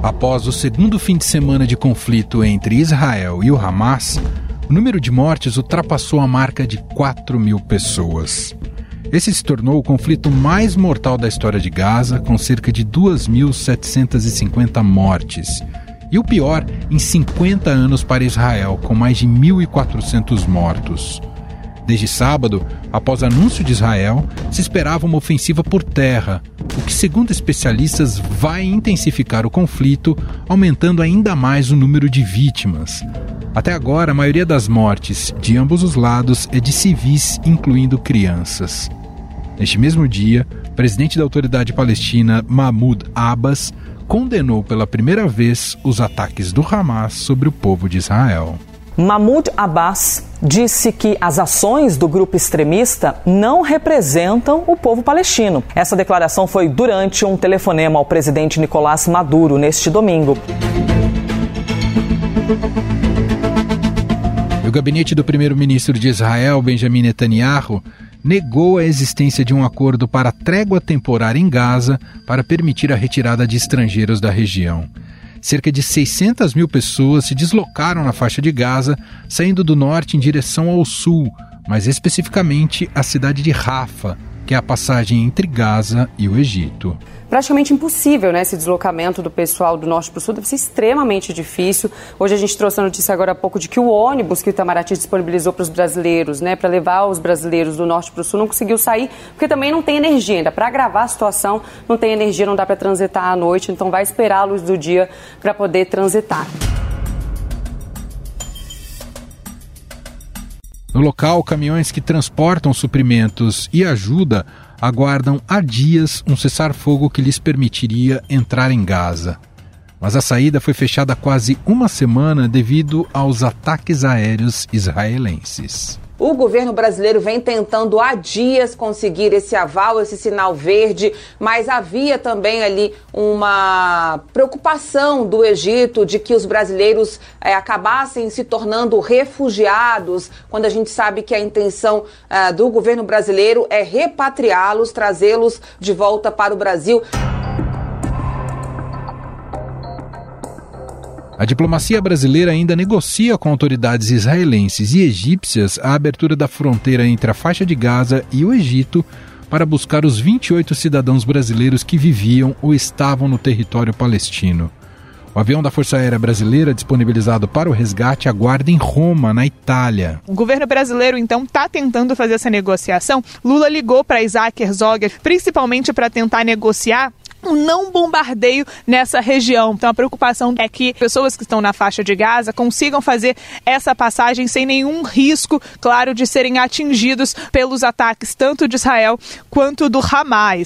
Após o segundo fim de semana de conflito entre Israel e o Hamas, o número de mortes ultrapassou a marca de 4.000 pessoas. Esse se tornou o conflito mais mortal da história de Gaza, com cerca de 2.750 mortes. E o pior em 50 anos para Israel, com mais de 1.400 mortos. Desde sábado, após anúncio de Israel, se esperava uma ofensiva por terra, o que, segundo especialistas, vai intensificar o conflito, aumentando ainda mais o número de vítimas. Até agora, a maioria das mortes de ambos os lados é de civis, incluindo crianças. Neste mesmo dia, o presidente da Autoridade Palestina, Mahmoud Abbas, condenou pela primeira vez os ataques do Hamas sobre o povo de Israel. Mahmoud Abbas disse que as ações do grupo extremista não representam o povo palestino. Essa declaração foi durante um telefonema ao presidente Nicolás Maduro neste domingo. O gabinete do primeiro-ministro de Israel, Benjamin Netanyahu, negou a existência de um acordo para trégua temporária em Gaza para permitir a retirada de estrangeiros da região. Cerca de 600 mil pessoas se deslocaram na faixa de Gaza, saindo do norte em direção ao sul, mais especificamente a cidade de Rafa, que é a passagem entre Gaza e o Egito. Praticamente impossível, né? Esse deslocamento do pessoal do norte para o sul deve ser extremamente difícil. Hoje a gente trouxe a notícia agora há pouco de que o ônibus que o Itamaraty disponibilizou para os brasileiros, né, para levar os brasileiros do norte para o sul, não conseguiu sair, porque também não tem energia ainda. Para agravar a situação, não tem energia, não dá para transitar à noite, então vai esperar a luz do dia para poder transitar. No local, caminhões que transportam suprimentos e ajuda aguardam há dias um cessar-fogo que lhes permitiria entrar em Gaza. Mas a saída foi fechada há quase uma semana devido aos ataques aéreos israelenses. O governo brasileiro vem tentando há dias conseguir esse aval, esse sinal verde, mas havia também ali uma preocupação do Egito de que os brasileiros acabassem se tornando refugiados, quando a gente sabe que a intenção do governo brasileiro é repatriá-los, trazê-los de volta para o Brasil. A diplomacia brasileira ainda negocia com autoridades israelenses e egípcias a abertura da fronteira entre a faixa de Gaza e o Egito para buscar os 28 cidadãos brasileiros que viviam ou estavam no território palestino. O avião da Força Aérea Brasileira, disponibilizado para o resgate, aguarda em Roma, na Itália. O governo brasileiro, então, está tentando fazer essa negociação. Lula ligou para Isaac Herzog, principalmente para tentar negociar um não bombardeio nessa região. Então a preocupação é que pessoas que estão na faixa de Gaza consigam fazer essa passagem sem nenhum risco, claro, de serem atingidos pelos ataques tanto de Israel quanto do Hamas.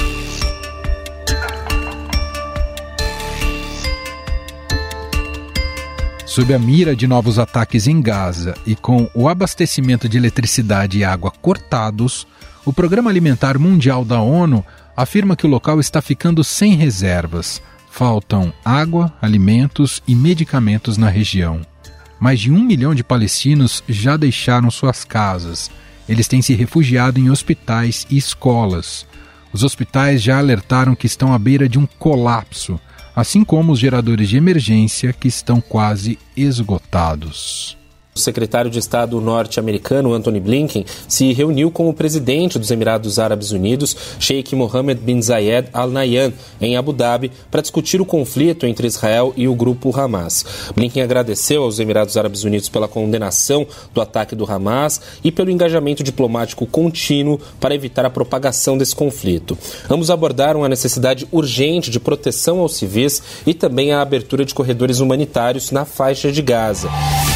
Sob a mira de novos ataques em Gaza e com o abastecimento de eletricidade e água cortados, o Programa Alimentar Mundial da ONU afirma que o local está ficando sem reservas. Faltam água, alimentos e medicamentos na região. Mais de 1 milhão de palestinos já deixaram suas casas. Eles têm se refugiado em hospitais e escolas. Os hospitais já alertaram que estão à beira de um colapso, assim como os geradores de emergência que estão quase esgotados. O secretário de Estado norte-americano, Antony Blinken, se reuniu com o presidente dos Emirados Árabes Unidos, Sheikh Mohammed bin Zayed Al Nahyan, em Abu Dhabi, para discutir o conflito entre Israel e o grupo Hamas. Blinken agradeceu aos Emirados Árabes Unidos pela condenação do ataque do Hamas e pelo engajamento diplomático contínuo para evitar a propagação desse conflito. Ambos abordaram a necessidade urgente de proteção aos civis e também a abertura de corredores humanitários na faixa de Gaza.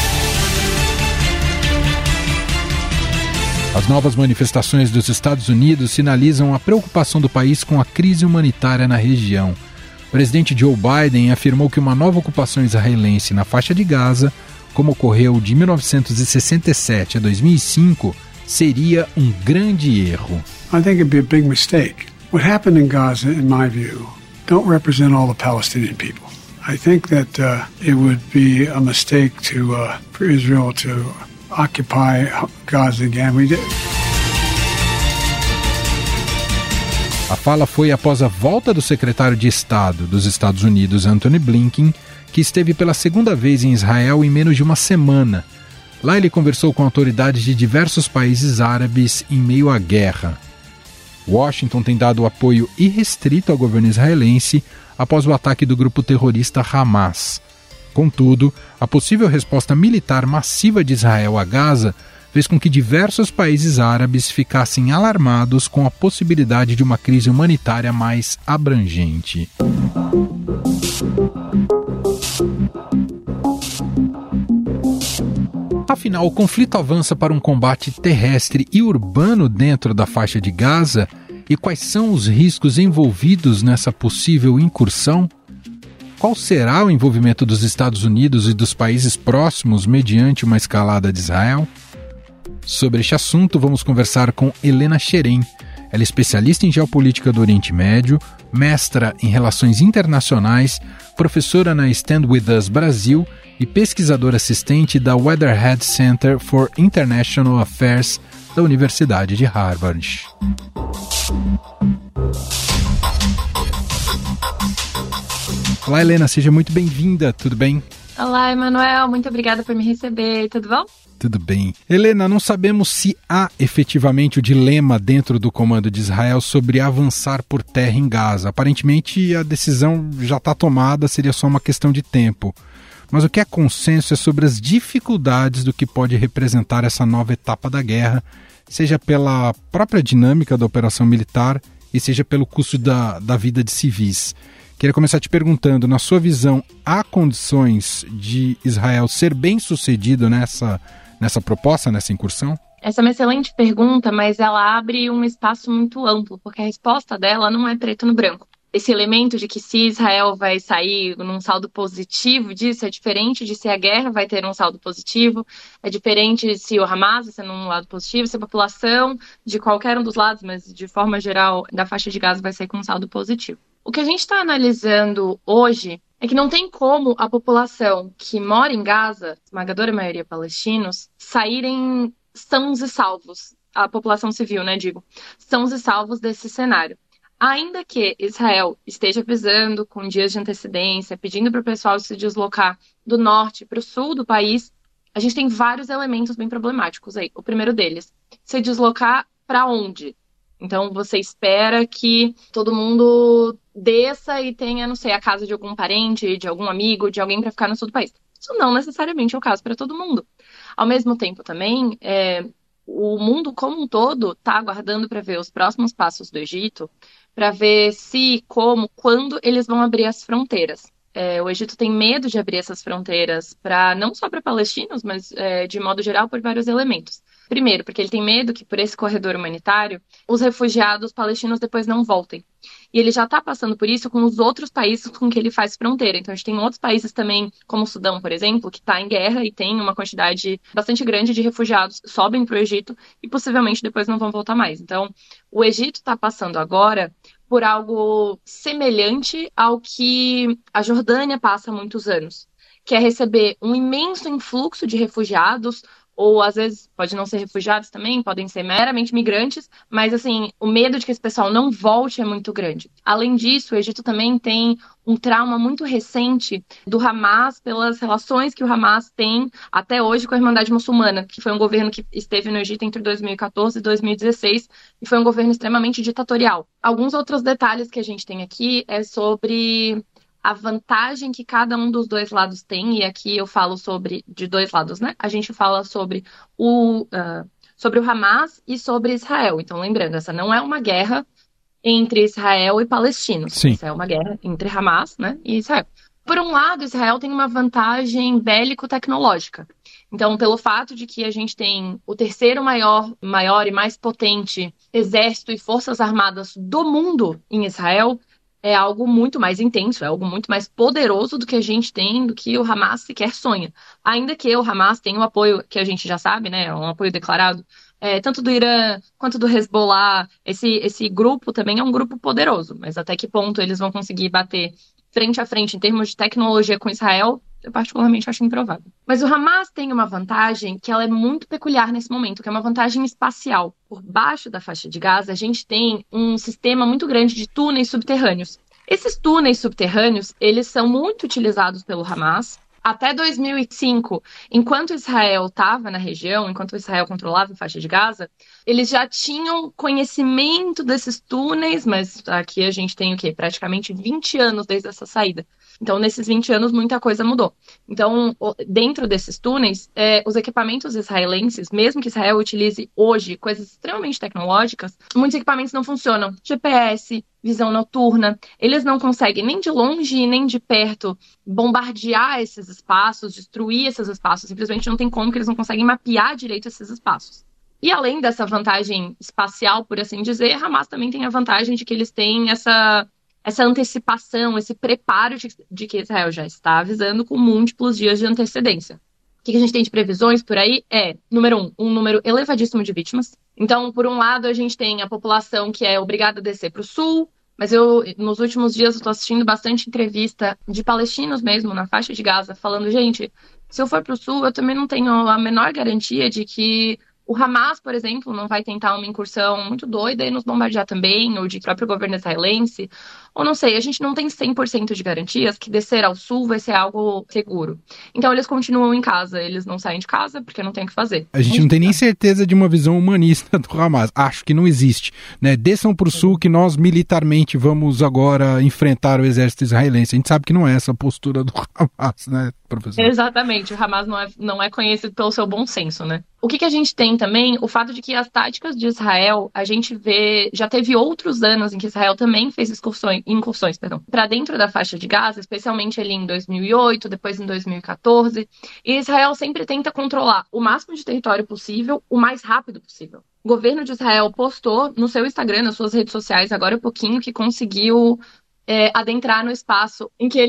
As novas manifestações dos Estados Unidos sinalizam a preocupação do país com a crise humanitária na região. O presidente Joe Biden afirmou que uma nova ocupação israelense na faixa de Gaza, como ocorreu de 1967 a 2005, seria um grande erro. I think it'd be a big mistake. What happened in Gaza, in my view, don't represent all the Palestinian people. I think that it would be a mistake for Israel to occupy Gaza again. We did. A fala foi após a volta do secretário de Estado dos Estados Unidos, Antony Blinken, que esteve pela segunda vez em Israel em menos de uma semana. Lá ele conversou com autoridades de diversos países árabes em meio à guerra. Washington tem dado apoio irrestrito ao governo israelense após o ataque do grupo terrorista Hamas. Contudo, a possível resposta militar massiva de Israel a Gaza fez com que diversos países árabes ficassem alarmados com a possibilidade de uma crise humanitária mais abrangente. Afinal, o conflito avança para um combate terrestre e urbano dentro da faixa de Gaza? E quais são os riscos envolvidos nessa possível incursão? Qual será o envolvimento dos Estados Unidos e dos países próximos mediante uma escalada de Israel? Sobre este assunto, vamos conversar com Helena Scheren. Ela é especialista em geopolítica do Oriente Médio, mestra em Relações Internacionais, professora na Stand With Us Brasil e pesquisadora assistente da Weatherhead Center for International Affairs da Universidade de Harvard. Olá, Helena, seja muito bem-vinda, tudo bem? Olá, Emanuel, muito obrigada por me receber, tudo bom? Tudo bem. Helena, não sabemos se há efetivamente o dilema dentro do comando de Israel sobre avançar por terra em Gaza. Aparentemente, a decisão já está tomada, seria só uma questão de tempo. Mas o que é consenso é sobre as dificuldades do que pode representar essa nova etapa da guerra, seja pela própria dinâmica da operação militar e seja pelo custo da vida de civis. Queria começar te perguntando, na sua visão, há condições de Israel ser bem-sucedido nessa proposta, nessa incursão? Essa é uma excelente pergunta, mas ela abre um espaço muito amplo, porque a resposta dela não é preto no branco. Esse elemento de que se Israel vai sair num saldo positivo disso é diferente de se a guerra vai ter um saldo positivo, é diferente de se o Hamas vai ser num lado positivo, se a população de qualquer um dos lados, mas de forma geral da faixa de Gaza vai sair com um saldo positivo. O que a gente está analisando hoje é que não tem como a população que mora em Gaza, esmagadora maioria palestinos, saírem sãos e salvos, a população civil, sãos e salvos desse cenário. Ainda que Israel esteja avisando com dias de antecedência, pedindo para o pessoal se deslocar do norte para o sul do país, a gente tem vários elementos bem problemáticos aí. O primeiro deles, se deslocar para onde? Então, você espera que todo mundo desça e tenha, a casa de algum parente, de algum amigo, de alguém para ficar no sul do país. Isso não necessariamente é o caso para todo mundo. Ao mesmo tempo, também, o mundo como um todo está aguardando para ver os próximos passos do Egito, para ver se, como, quando eles vão abrir as fronteiras. O Egito tem medo de abrir essas fronteiras não só para palestinos, mas de modo geral por vários elementos. Primeiro, porque ele tem medo que por esse corredor humanitário os refugiados palestinos depois não voltem. E ele já está passando por isso com os outros países com que ele faz fronteira. Então a gente tem outros países também, como o Sudão, por exemplo, que está em guerra e tem uma quantidade bastante grande de refugiados que sobem para o Egito e possivelmente depois não vão voltar mais. Então o Egito está passando agora por algo semelhante ao que a Jordânia passa há muitos anos, que é receber um imenso influxo de refugiados, ou às vezes pode não ser refugiados também, podem ser meramente migrantes, mas o medo de que esse pessoal não volte é muito grande. Além disso, o Egito também tem um trauma muito recente do Hamas pelas relações que o Hamas tem até hoje com a Irmandade Muçulmana, que foi um governo que esteve no Egito entre 2014 e 2016 e foi um governo extremamente ditatorial. Alguns outros detalhes que a gente tem aqui é sobre a vantagem que cada um dos dois lados tem, e aqui eu falo de dois lados, A gente fala sobre o Hamas e sobre Israel. Então, lembrando, essa não é uma guerra entre Israel e palestinos. Sim. Isso é uma guerra entre Hamas, e Israel. Por um lado, Israel tem uma vantagem bélico-tecnológica. Então, pelo fato de que a gente tem o terceiro maior e mais potente exército e forças armadas do mundo em Israel, é algo muito mais intenso, é algo muito mais poderoso do que a gente tem, do que o Hamas sequer sonha. Ainda que o Hamas tenha um apoio que a gente já sabe, um apoio declarado, tanto do Irã quanto do Hezbollah, esse grupo também é um grupo poderoso, mas até que ponto eles vão conseguir bater frente a frente em termos de tecnologia com Israel, eu particularmente acho improvável. Mas o Hamas tem uma vantagem que ela é muito peculiar nesse momento, que é uma vantagem espacial. Por baixo da faixa de Gaza, a gente tem um sistema muito grande de túneis subterrâneos. Esses túneis subterrâneos, eles são muito utilizados pelo Hamas. Até 2005, enquanto Israel estava na região, enquanto Israel controlava a faixa de Gaza, eles já tinham conhecimento desses túneis, mas aqui a gente tem o quê? Praticamente 20 anos desde essa saída. Então, nesses 20 anos, muita coisa mudou. Então, dentro desses túneis, os equipamentos israelenses, mesmo que Israel utilize hoje coisas extremamente tecnológicas, muitos equipamentos não funcionam. GPS, visão noturna, eles não conseguem nem de longe nem de perto bombardear esses espaços, destruir esses espaços. Simplesmente não tem como, que eles não conseguem mapear direito esses espaços. E além dessa vantagem espacial, por assim dizer, Hamas também tem a vantagem de que eles têm essa antecipação, esse preparo de que Israel já está avisando com múltiplos dias de antecedência. O que a gente tem de previsões por aí é, número um número elevadíssimo de vítimas. Então, por um lado, a gente tem a população que é obrigada a descer para o sul, mas nos últimos dias, eu estou assistindo bastante entrevista de palestinos mesmo, na faixa de Gaza, falando, gente, se eu for para o sul, eu também não tenho a menor garantia de que o Hamas, por exemplo, não vai tentar uma incursão muito doida e nos bombardear também, ou de próprio governo israelense, ou não sei, a gente não tem 100% de garantias que descer ao sul vai ser algo seguro. Então eles continuam em casa, eles não saem de casa porque não tem o que fazer. A gente não tem nem certeza de uma visão humanista do Hamas, acho que não existe, né? Desçam para o sul que nós militarmente vamos agora enfrentar o exército israelense. A gente sabe que não é essa a postura do Hamas, né, professor? Exatamente, o Hamas não é conhecido pelo seu bom senso, né? O que a gente tem também, o fato de que as táticas de Israel, a gente vê, já teve outros anos em que Israel também fez incursões para dentro da faixa de Gaza, especialmente ali em 2008, depois em 2014, e Israel sempre tenta controlar o máximo de território possível, o mais rápido possível. O governo de Israel postou no seu Instagram, nas suas redes sociais, agora há pouquinho, que conseguiu adentrar no espaço em que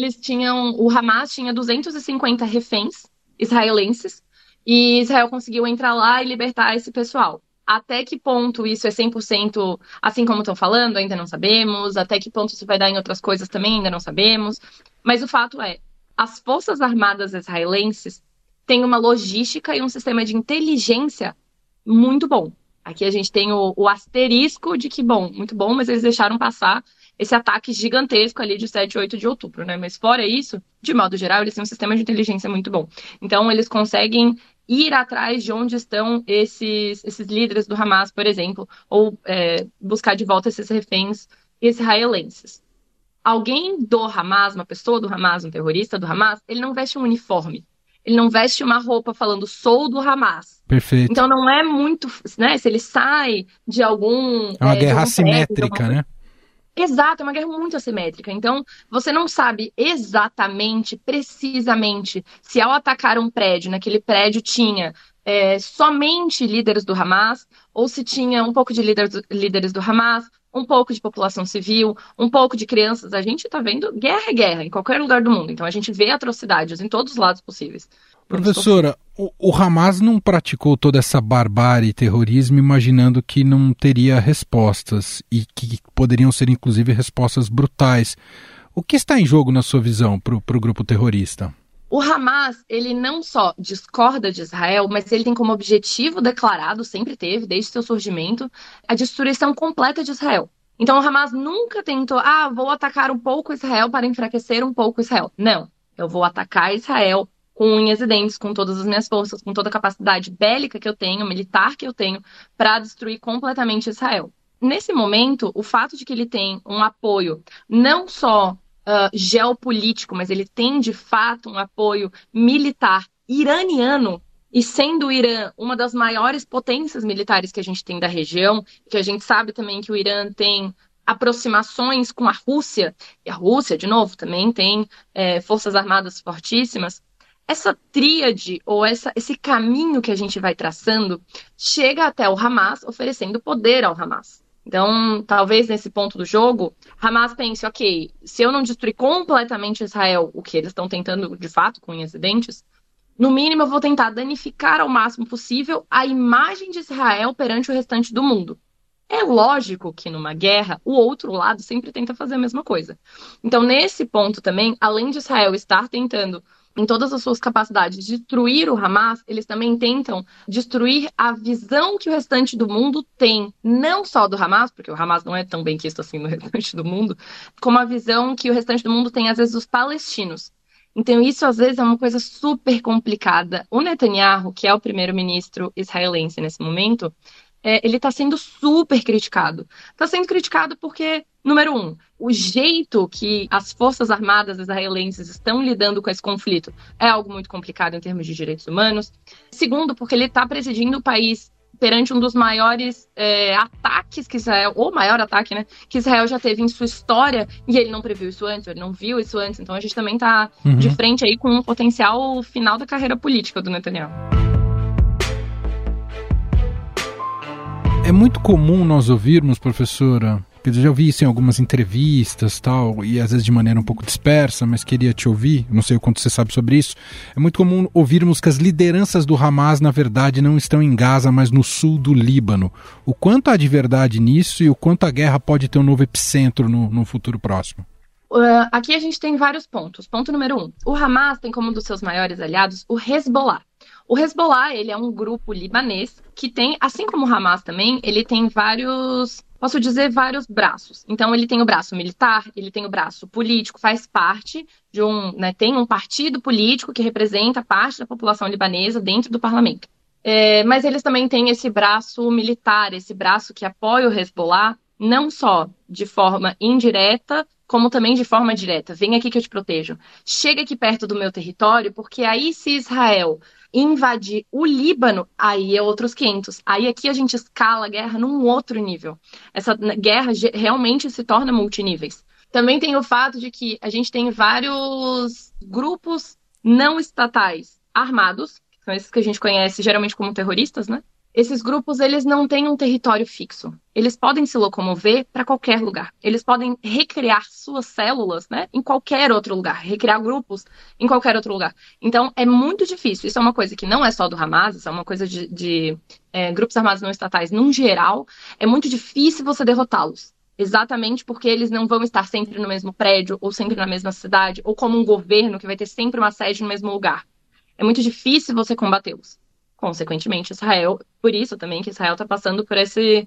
o Hamas tinha 250 reféns israelenses, e Israel conseguiu entrar lá e libertar esse pessoal. Até que ponto isso é 100% assim como estão falando, ainda não sabemos. Até que ponto isso vai dar em outras coisas também, ainda não sabemos. Mas o fato é, as Forças Armadas israelenses têm uma logística e um sistema de inteligência muito bom. Aqui a gente tem o asterisco de que, muito bom, mas eles deixaram passar esse ataque gigantesco ali de 7 e 8 de outubro, né? Mas fora isso, de modo geral, eles têm um sistema de inteligência muito bom. Então, eles conseguem ir atrás de onde estão esses líderes do Hamas, por exemplo, ou buscar de volta esses reféns israelenses. Alguém do Hamas, uma pessoa do Hamas, um terrorista do Hamas, ele não veste um uniforme. Ele não veste uma roupa falando, sou do Hamas. Perfeito. Então não é muito, né, se ele sai de algum... É uma guerra assimétrica, né? Exato, é uma guerra muito assimétrica. Então, você não sabe exatamente, precisamente, se ao atacar um prédio, naquele prédio tinha somente líderes do Hamas, ou se tinha um pouco de líderes do Hamas, um pouco de população civil, um pouco de crianças. A gente está vendo guerra é guerra, em qualquer lugar do mundo. Então, a gente vê atrocidades em todos os lados possíveis. Professora, o Hamas não praticou toda essa barbárie e terrorismo imaginando que não teria respostas e que poderiam ser, inclusive, respostas brutais. O que está em jogo, na sua visão, para o grupo terrorista? O Hamas, ele não só discorda de Israel, mas ele tem como objetivo declarado, sempre teve, desde seu surgimento, a destruição completa de Israel. Então, o Hamas nunca tentou, vou atacar um pouco Israel para enfraquecer um pouco Israel. Não, eu vou atacar Israel com unhas e dentes, com todas as minhas forças, com toda a capacidade bélica que eu tenho, militar que eu tenho, para destruir completamente Israel. Nesse momento, o fato de que ele tem um apoio não só geopolítico, mas ele tem, de fato, um apoio militar iraniano, e sendo o Irã uma das maiores potências militares que a gente tem da região, que a gente sabe também que o Irã tem aproximações com a Rússia, e a Rússia, de novo, também tem forças armadas fortíssimas. Essa tríade, ou esse caminho que a gente vai traçando, chega até o Hamas, oferecendo poder ao Hamas. Então, talvez nesse ponto do jogo, Hamas pense, ok, se eu não destruir completamente Israel, o que eles estão tentando, de fato, com unhas e dentes, no mínimo eu vou tentar danificar ao máximo possível a imagem de Israel perante o restante do mundo. É lógico que numa guerra, o outro lado sempre tenta fazer a mesma coisa. Então, nesse ponto também, além de Israel estar tentando em todas as suas capacidades de destruir o Hamas, eles também tentam destruir a visão que o restante do mundo tem, não só do Hamas, porque o Hamas não é tão bem quisto assim no restante do mundo, como a visão que o restante do mundo tem, às vezes, dos palestinos. Então, isso, às vezes, é uma coisa super complicada. O Netanyahu, que é o primeiro-ministro israelense nesse momento, ele está sendo super criticado. Está sendo criticado porque, número 1, o jeito que as forças armadas israelenses estão lidando com esse conflito é algo muito complicado em termos de direitos humanos. Segundo, porque ele está presidindo o país perante um dos maiores ataques que Israel, ou maior ataque, né, que Israel já teve em sua história, e ele não previu isso antes, ele não viu isso antes. Então a gente também está de frente aí com um potencial final da carreira política do Netanyahu. É muito comum nós ouvirmos, professora, quer dizer, já ouvi isso em algumas entrevistas, tal, e às vezes de maneira um pouco dispersa, mas queria te ouvir, não sei o quanto você sabe sobre isso. É muito comum ouvirmos que as lideranças do Hamas, na verdade, não estão em Gaza, mas no sul do Líbano. O quanto há de verdade nisso e o quanto a guerra pode ter um novo epicentro no futuro próximo? Aqui a gente tem vários pontos. Ponto número 1. O Hamas tem como um dos seus maiores aliados o Hezbollah. O Hezbollah, ele é um grupo libanês que tem, assim como o Hamas também, ele tem vários braços. Então, ele tem o braço militar, ele tem o braço político, faz parte de tem um partido político que representa parte da população libanesa dentro do parlamento. Mas eles também têm esse braço militar, esse braço que apoia o Hezbollah, não só de forma indireta, como também de forma direta. Vem aqui que eu te protejo. Chega aqui perto do meu território, porque aí se Israel invadir o Líbano, aí é outros 500. Aí aqui a gente escala a guerra num outro nível. Essa guerra realmente se torna multiníveis. Também tem o fato de que a gente tem vários grupos não estatais armados, que são esses que a gente conhece geralmente como terroristas, né? Esses grupos, eles não têm um território fixo. Eles podem se locomover para qualquer lugar. Eles podem recriar suas células, né, em qualquer outro lugar. Recriar grupos em qualquer outro lugar. Então, é muito difícil. Isso é uma coisa que não é só do Hamas, isso é uma coisa de grupos armados não estatais no geral. É muito difícil você derrotá-los. Exatamente porque eles não vão estar sempre no mesmo prédio, ou sempre na mesma cidade, ou como um governo que vai ter sempre uma sede no mesmo lugar. É muito difícil você combatê-los. Consequentemente, Israel, por isso também que Israel está passando por esse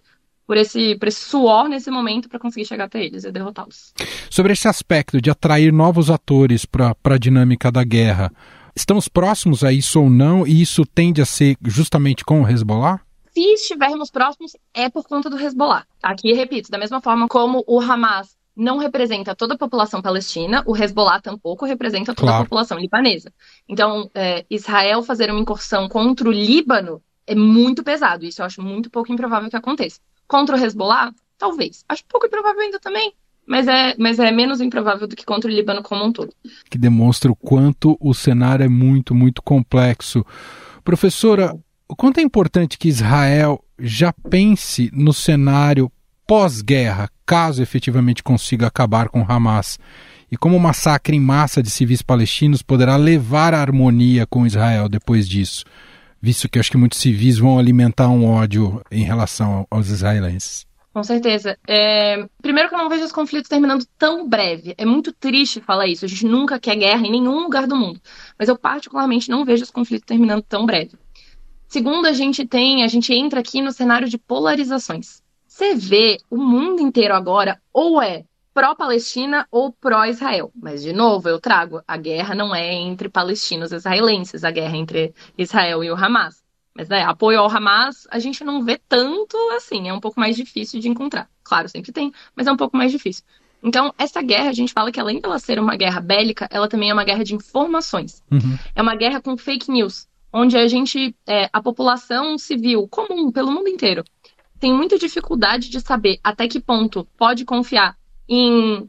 suor nesse momento para conseguir chegar até eles e derrotá-los. Sobre esse aspecto de atrair novos atores para a dinâmica da guerra, estamos próximos a isso ou não? E isso tende a ser justamente com o Hezbollah? Se estivermos próximos, é por conta do Hezbollah. Aqui, repito, da mesma forma como o Hamas não representa toda a população palestina, o Hezbollah tampouco representa toda a população libanesa. Então, Israel fazer uma incursão contra o Líbano é muito pesado. Isso eu acho muito pouco improvável que aconteça. Contra o Hezbollah, talvez. Acho pouco improvável ainda também, mas é menos improvável do que contra o Líbano como um todo. Que demonstra o quanto o cenário é muito, muito complexo. Professora, o quanto é importante que Israel já pense no cenário pós-guerra, caso efetivamente consiga acabar com Hamas, e como o massacre em massa de civis palestinos poderá levar à harmonia com Israel depois disso, visto que acho que muitos civis vão alimentar um ódio em relação aos israelenses. Com certeza. Primeiro que eu não vejo os conflitos terminando tão breve. É muito triste falar isso. A gente nunca quer guerra em nenhum lugar do mundo. Mas eu particularmente não vejo os conflitos terminando tão breve. Segundo, a gente entra aqui no cenário de polarizações. Você vê o mundo inteiro agora ou é pró-Palestina ou pró-Israel. Mas, de novo, eu trago, a guerra não é entre palestinos e israelenses, a guerra é entre Israel e o Hamas. Mas apoio ao Hamas a gente não vê tanto assim, é um pouco mais difícil de encontrar. Claro, sempre tem, mas é um pouco mais difícil. Então, essa guerra, a gente fala que além dela ser uma guerra bélica, ela também é uma guerra de informações. É uma guerra com fake news, onde a população civil comum, pelo mundo inteiro, tem muita dificuldade de saber até que ponto pode confiar em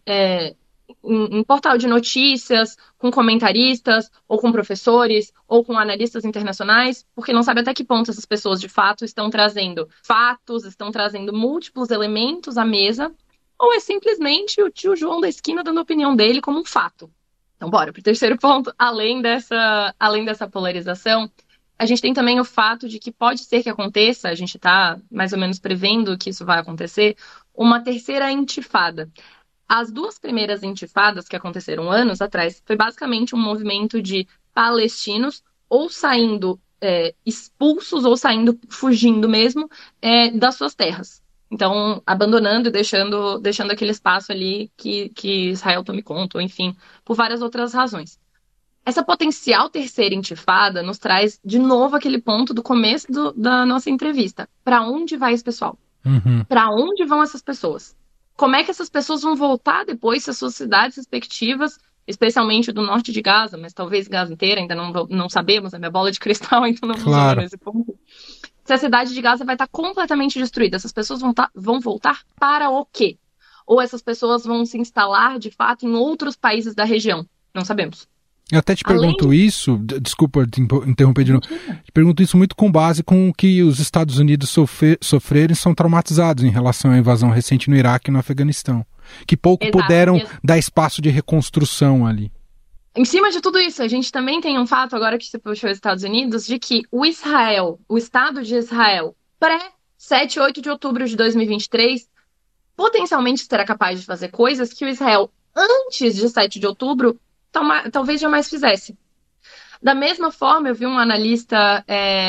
portal de notícias, com comentaristas, ou com professores, ou com analistas internacionais, porque não sabe até que ponto essas pessoas, de fato, estão trazendo fatos, estão trazendo múltiplos elementos à mesa, ou é simplesmente o tio João da esquina dando a opinião dele como um fato. Então, bora para o terceiro ponto. Além dessa polarização, a gente tem também o fato de que pode ser que aconteça, a gente está mais ou menos prevendo que isso vai acontecer, uma terceira intifada. As duas primeiras intifadas que aconteceram anos atrás foi basicamente um movimento de palestinos ou saindo expulsos ou saindo, fugindo mesmo das suas terras. Então, abandonando e deixando aquele espaço ali que Israel tome conta, ou enfim, por várias outras razões. Essa potencial terceira intifada nos traz de novo aquele ponto do começo da nossa entrevista. Para onde vai esse pessoal? Para onde vão essas pessoas? Como é que essas pessoas vão voltar depois se as suas cidades respectivas, especialmente do norte de Gaza, mas talvez Gaza inteira, ainda não sabemos, a minha bola de cristal ainda não funciona nesse ponto. Se a cidade de Gaza vai estar completamente destruída, essas pessoas vão voltar para o quê? Ou essas pessoas vão se instalar, de fato, em outros países da região? Não sabemos. Eu até te pergunto isso, desculpa te interromper de novo, te pergunto isso muito com base com o que os Estados Unidos sofreram e são traumatizados em relação à invasão recente no Iraque e no Afeganistão, que pouco puderam dar espaço de reconstrução ali. Em cima de tudo isso, a gente também tem um fato, agora que você puxou os Estados Unidos, de que o Estado de Israel, pré-7 e 8 de outubro de 2023, potencialmente será capaz de fazer coisas que o Israel, antes de 7 de outubro, talvez jamais fizesse. Da mesma forma, eu vi um analista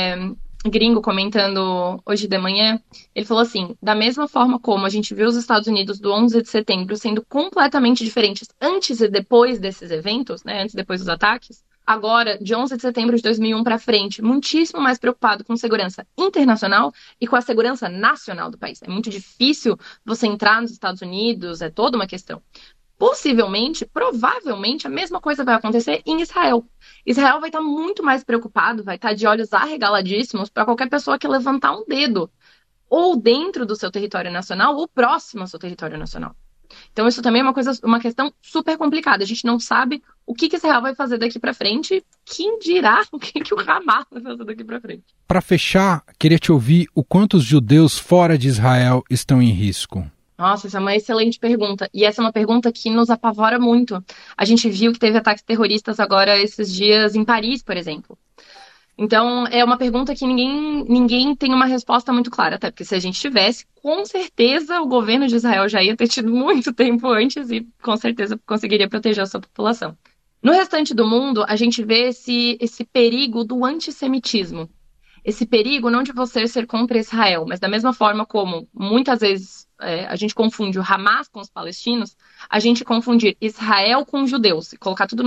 gringo comentando hoje de manhã, ele falou assim, da mesma forma como a gente viu os Estados Unidos do 11 de setembro sendo completamente diferentes antes e depois desses eventos, né, antes e depois dos ataques, agora, de 11 de setembro de 2001 para frente, muitíssimo mais preocupado com segurança internacional e com a segurança nacional do país. É muito difícil você entrar nos Estados Unidos, é toda uma questão. Possivelmente, provavelmente, a mesma coisa vai acontecer em Israel. Israel vai estar muito mais preocupado, vai estar de olhos arregaladíssimos para qualquer pessoa que levantar um dedo, ou dentro do seu território nacional, ou próximo ao seu território nacional. Então, isso também é uma questão super complicada. A gente não sabe o que Israel vai fazer daqui para frente, quem dirá o que o Hamas vai fazer daqui para frente. Para fechar, queria te ouvir o quanto os judeus fora de Israel estão em risco. Nossa, essa é uma excelente pergunta. E essa é uma pergunta que nos apavora muito. A gente viu que teve ataques terroristas agora esses dias em Paris, por exemplo. Então, é uma pergunta que ninguém tem uma resposta muito clara, até porque se a gente tivesse, com certeza o governo de Israel já ia ter tido muito tempo antes e com certeza conseguiria proteger a sua população. No restante do mundo, a gente vê esse perigo do antissemitismo. Esse perigo não de você ser contra Israel, mas da mesma forma como muitas vezes a gente confunde o Hamas com os palestinos, a gente confundir Israel com os judeus, e colocar tudo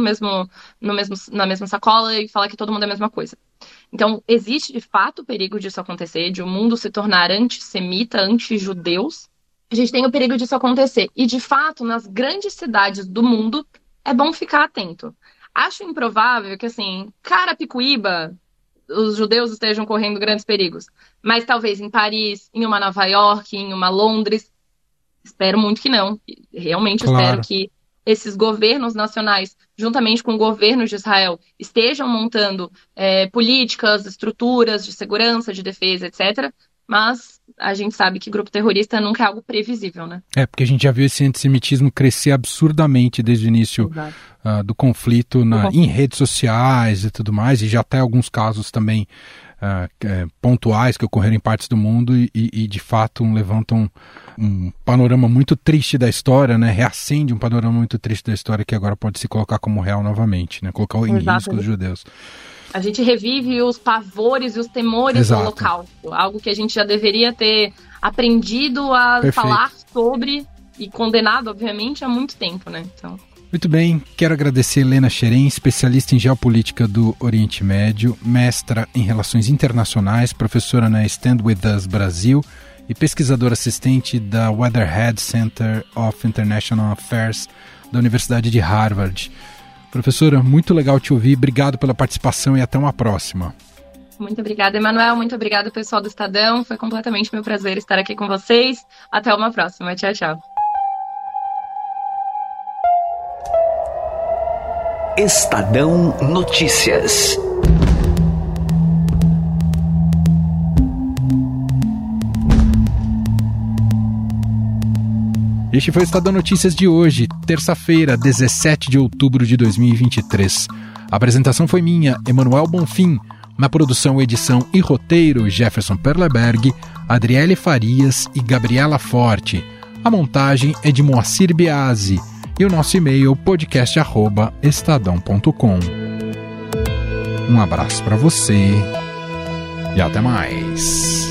na mesma sacola e falar que todo mundo é a mesma coisa. Então, existe de fato o perigo disso acontecer, de o mundo se tornar antissemita, anti-judeus. A gente tem o perigo disso acontecer. E, de fato, nas grandes cidades do mundo, é bom ficar atento. Acho improvável que, assim, Carapicuíba, os judeus estejam correndo grandes perigos. Mas talvez em Paris, em uma Nova York, em uma Londres. Espero muito que não. Realmente espero que esses governos nacionais, juntamente com o governo de Israel, estejam montando políticas, estruturas de segurança, de defesa, etc. Mas a gente sabe que grupo terrorista nunca é algo previsível, né? Porque a gente já viu esse antissemitismo crescer absurdamente desde o início do conflito em redes sociais e tudo mais, e já até alguns casos também pontuais que ocorreram em partes do mundo e de fato levantam um panorama muito triste da história, né? Reacende um panorama muito triste da história que agora pode se colocar como real novamente, né? Colocar em risco os judeus. A gente revive os pavores e os temores do Holocausto, algo que a gente já deveria ter aprendido a falar sobre e condenado, obviamente, há muito tempo, né? Então... Muito bem, quero agradecer Helena Scheren, especialista em geopolítica do Oriente Médio, mestra em Relações Internacionais, professora na Stand With Us Brasil e pesquisadora assistente da Weatherhead Center of International Affairs da Universidade de Harvard. Professora, muito legal te ouvir, obrigado pela participação e até uma próxima. Muito obrigada, Emanuel, muito obrigada, pessoal do Estadão, foi completamente meu prazer estar aqui com vocês. Até uma próxima, tchau, tchau. Estadão Notícias. Este foi o Estadão Notícias de hoje, terça-feira, 17 de outubro de 2023. A apresentação foi minha, Emanuel Bonfim. Na produção, edição e roteiro, Jefferson Perleberg, Adriele Farias e Gabriela Forte. A montagem é de Moacir Biasi. E o nosso e-mail podcast@estadão.com. Um abraço para você e até mais.